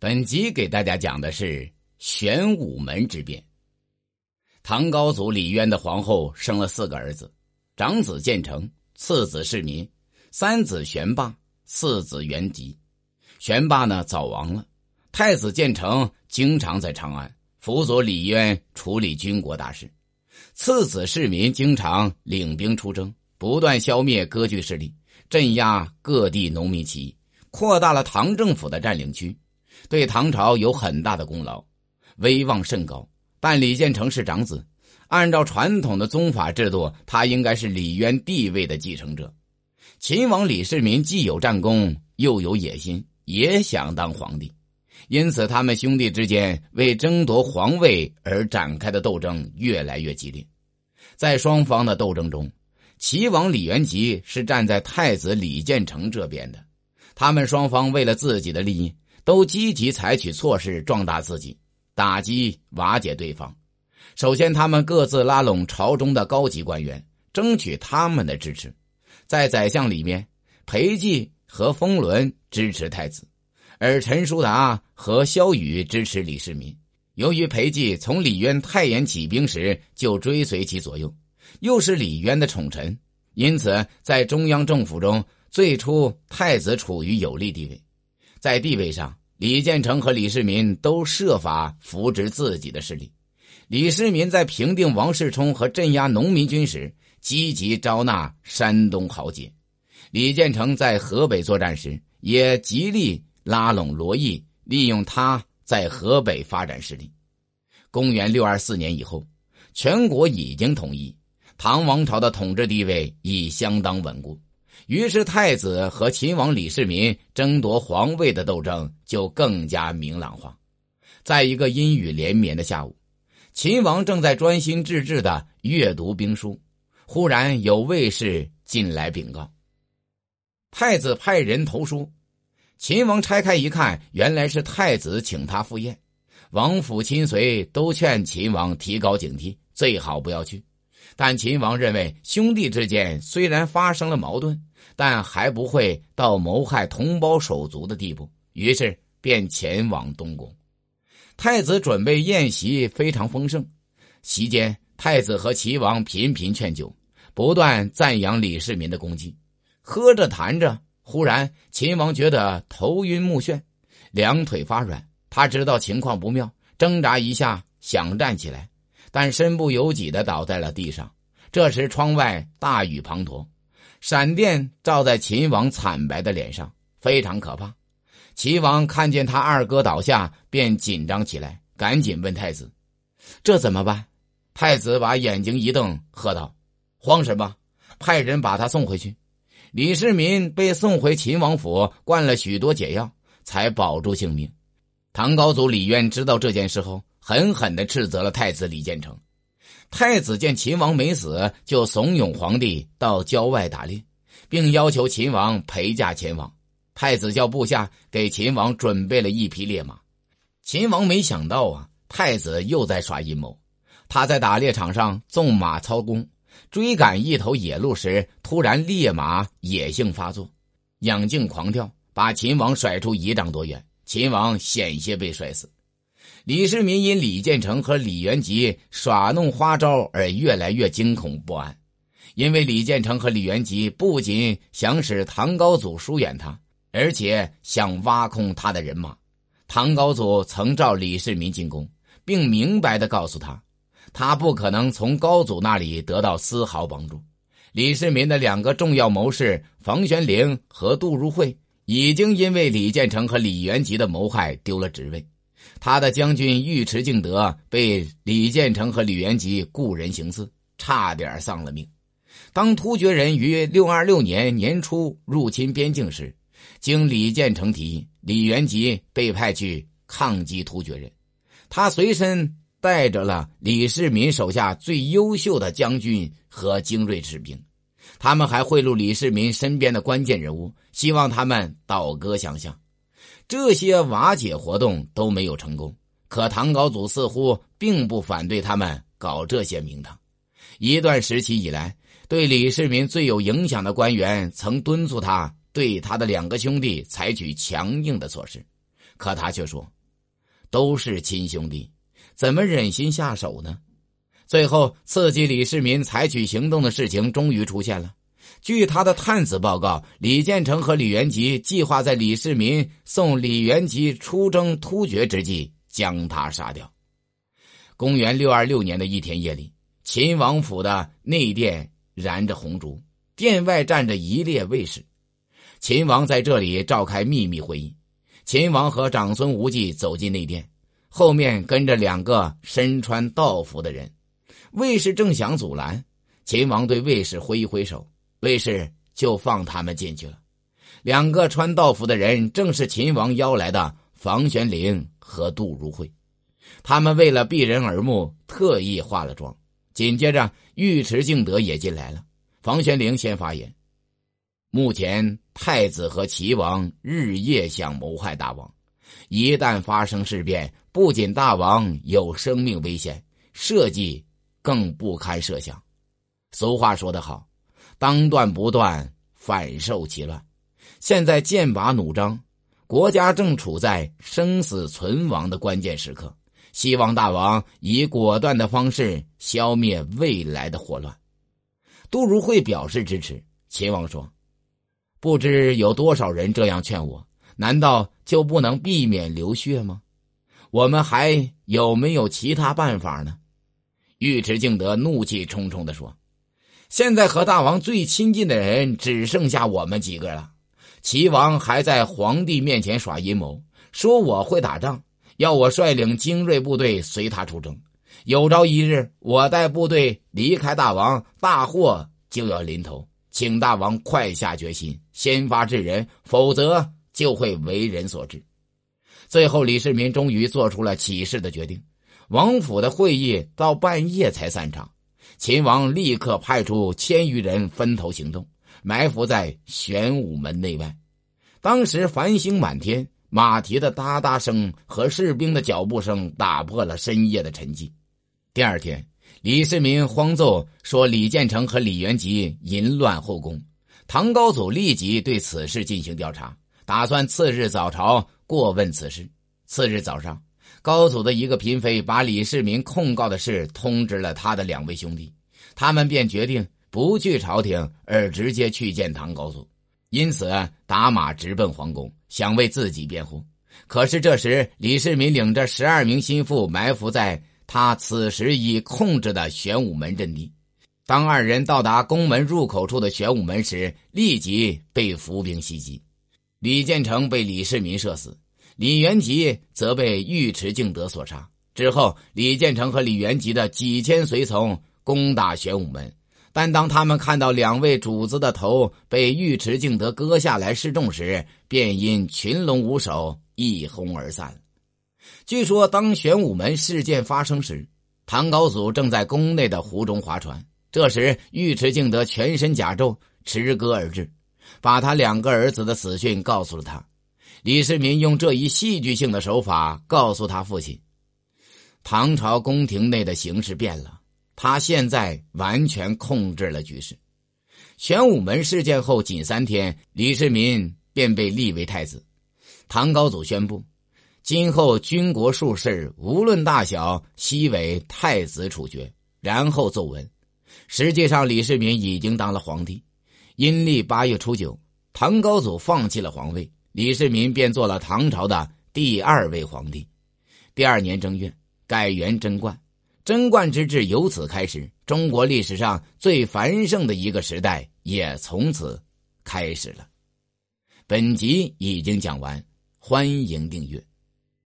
本集给大家讲的是玄武门之变。唐高祖李渊的皇后生了4个儿子，长子建成，次子世民，三子玄霸，四子元吉。玄霸呢早亡了，太子建成经常在长安辅佐李渊处理军国大事，次子世民经常领兵出征，不断消灭割据势力，镇压各地农民起义，扩大了唐政府的占领区，对唐朝有很大的功劳，威望甚高。但李建成是长子，按照传统的宗法制度，他应该是李渊地位的继承者。秦王李世民既有战功，又有野心，也想当皇帝，因此他们兄弟之间为争夺皇位而展开的斗争越来越激烈。在双方的斗争中，齐王李元吉是站在太子李建成这边的，他们双方为了自己的利益，都积极采取措施壮大自己，打击瓦解对方。首先他们各自拉拢朝中的高级官员，争取他们的支持。在宰相里面，裴寂和封伦支持太子，而陈叔达和萧雨支持李世民。由于裴寂从李渊太原起兵时就追随其左右，又是李渊的宠臣，因此在中央政府中最初太子处于有利地位。在地位上，李建成和李世民都设法扶植自己的势力。李世民在平定王世充和镇压农民军时，积极招纳山东豪杰。李建成在河北作战时，也极力拉拢罗毅，利用他在河北发展势力。公元624年以后，全国已经统一，唐王朝的统治地位已相当稳固，于是太子和秦王李世民争夺皇位的斗争就更加明朗化。在一个阴雨连绵的下午，秦王正在专心致志地阅读兵书，忽然有卫士进来禀告，太子派人投书。秦王拆开一看，原来是太子请他赴宴。王府亲随都劝秦王提高警惕，最好不要去。但秦王认为兄弟之间虽然发生了矛盾，但还不会到谋害同胞手足的地步，于是便前往东宫。太子准备宴席非常丰盛，席间太子和齐王频频劝酒，不断赞扬李世民的功绩。喝着谈着，忽然秦王觉得头晕目眩，两腿发软，他知道情况不妙，挣扎一下想站起来，但身不由己地倒在了地上。这时窗外大雨滂沱，闪电照在秦王惨白的脸上，非常可怕。齐王看见他二哥倒下，便紧张起来，赶紧问太子：“这怎么办？”太子把眼睛一瞪，喝道：“慌什么？派人把他送回去。”李世民被送回秦王府，灌了许多解药，才保住性命。唐高祖李渊知道这件事后，狠狠地斥责了太子李建成。太子见秦王没死，就怂恿皇帝到郊外打猎，并要求秦王陪驾前往。太子叫部下给秦王准备了一匹烈马。秦王没想到太子又在耍阴谋。他在打猎场上纵马操弓，追赶一头野鹿时，突然烈马野性发作，仰颈狂跳，把秦王甩出1丈多远，秦王险些被摔死。李世民因李建成和李元吉耍弄花招而越来越惊恐不安，因为李建成和李元吉不仅想使唐高祖疏远他，而且想挖空他的人马。唐高祖曾召李世民进宫，并明白地告诉他，他不可能从高祖那里得到丝毫帮助。李世民的2个重要谋士房玄龄和杜如晦已经因为李建成和李元吉的谋害丢了职位，他的将军尉迟敬德被李建成和李元吉故人行刺，差点丧了命。当突厥人于626年年初入侵边境时，经李建成提议，李元吉被派去抗击突厥人。他随身带着了李世民手下最优秀的将军和精锐士兵，他们还贿赂李世民身边的关键人物，希望他们倒戈相向。这些瓦解活动都没有成功，可唐高祖似乎并不反对他们搞这些名堂。一段时期以来，对李世民最有影响的官员曾敦促他对他的2个兄弟采取强硬的措施。 可他却说，都是亲兄弟，怎么忍心下手呢？最后刺激李世民采取行动的事情终于出现了。据他的探子报告，李建成和李元吉计划在李世民送李元吉出征突厥之际将他杀掉。公元626年的一天夜里，秦王府的内殿燃着红烛，殿外站着一列卫士。秦王在这里召开秘密会议。秦王和长孙无忌走进内殿，后面跟着2个身穿道服的人。卫士正想阻拦，秦王对卫士挥一挥手，卫士就放他们进去了。2个穿道服的人正是秦王邀来的房玄龄和杜如晦，他们为了避人耳目，特意化了妆。紧接着尉迟敬德也进来了。房玄龄先发言，目前太子和齐王日夜想谋害大王，一旦发生事变，不仅大王有生命危险，社稷更不堪设想。俗话说得好，当断不断，反受其乱。现在剑拔弩张，国家正处在生死存亡的关键时刻，希望大王以果断的方式消灭未来的祸乱。杜如晦表示支持。秦王说，不知有多少人这样劝我，难道就不能避免流血吗？我们还有没有其他办法呢？尉迟敬德怒气冲冲地说，现在和大王最亲近的人只剩下我们几个了。齐王还在皇帝面前耍阴谋，说我会打仗，要我率领精锐部队随他出征。有朝一日我带部队离开大王，大祸就要临头，请大王快下决心，先发制人，否则就会为人所知。最后李世民终于做出了起事的决定。王府的会议到半夜才散场，秦王立刻派出1000余人分头行动，埋伏在玄武门内外。当时繁星满天，马蹄的哒哒声和士兵的脚步声打破了深夜的沉寂。第二天，李世民慌奏说李建成和李元吉淫乱后宫。唐高祖立即对此事进行调查，打算次日早朝过问此事。次日早上，高祖的一个嫔妃把李世民控告的事通知了他的2位兄弟，他们便决定不去朝廷，而直接去见唐高祖，因此打马直奔皇宫，想为自己辩护。可是这时李世民领着12名心腹埋伏在他此时已控制的玄武门阵地。当2人到达宫门入口处的玄武门时，立即被伏兵袭击。李建成被李世民射死，李元吉则被尉迟敬德所杀。之后李建成和李元吉的几千随从攻打玄武门，但当他们看到2位主子的头被尉迟敬德割下来示众时，便因群龙无首一哄而散。据说当玄武门事件发生时，唐高祖正在宫内的湖中划船，这时尉迟敬德全身甲胄，持戈而至，把他2个儿子的死讯告诉了他。李世民用这一戏剧性的手法告诉他父亲，唐朝宫廷内的形势变了，他现在完全控制了局势。玄武门事件后仅3天，李世民便被立为太子。唐高祖宣布，今后军国术事无论大小，悉为太子处决，然后奏文。实际上李世民已经当了皇帝。阴历8月初9，唐高祖放弃了皇位，李世民便做了唐朝的第2位皇帝。第2年正月，改元贞观。贞观之治由此开始，中国历史上最繁盛的一个时代也从此开始了。本集已经讲完，欢迎订阅。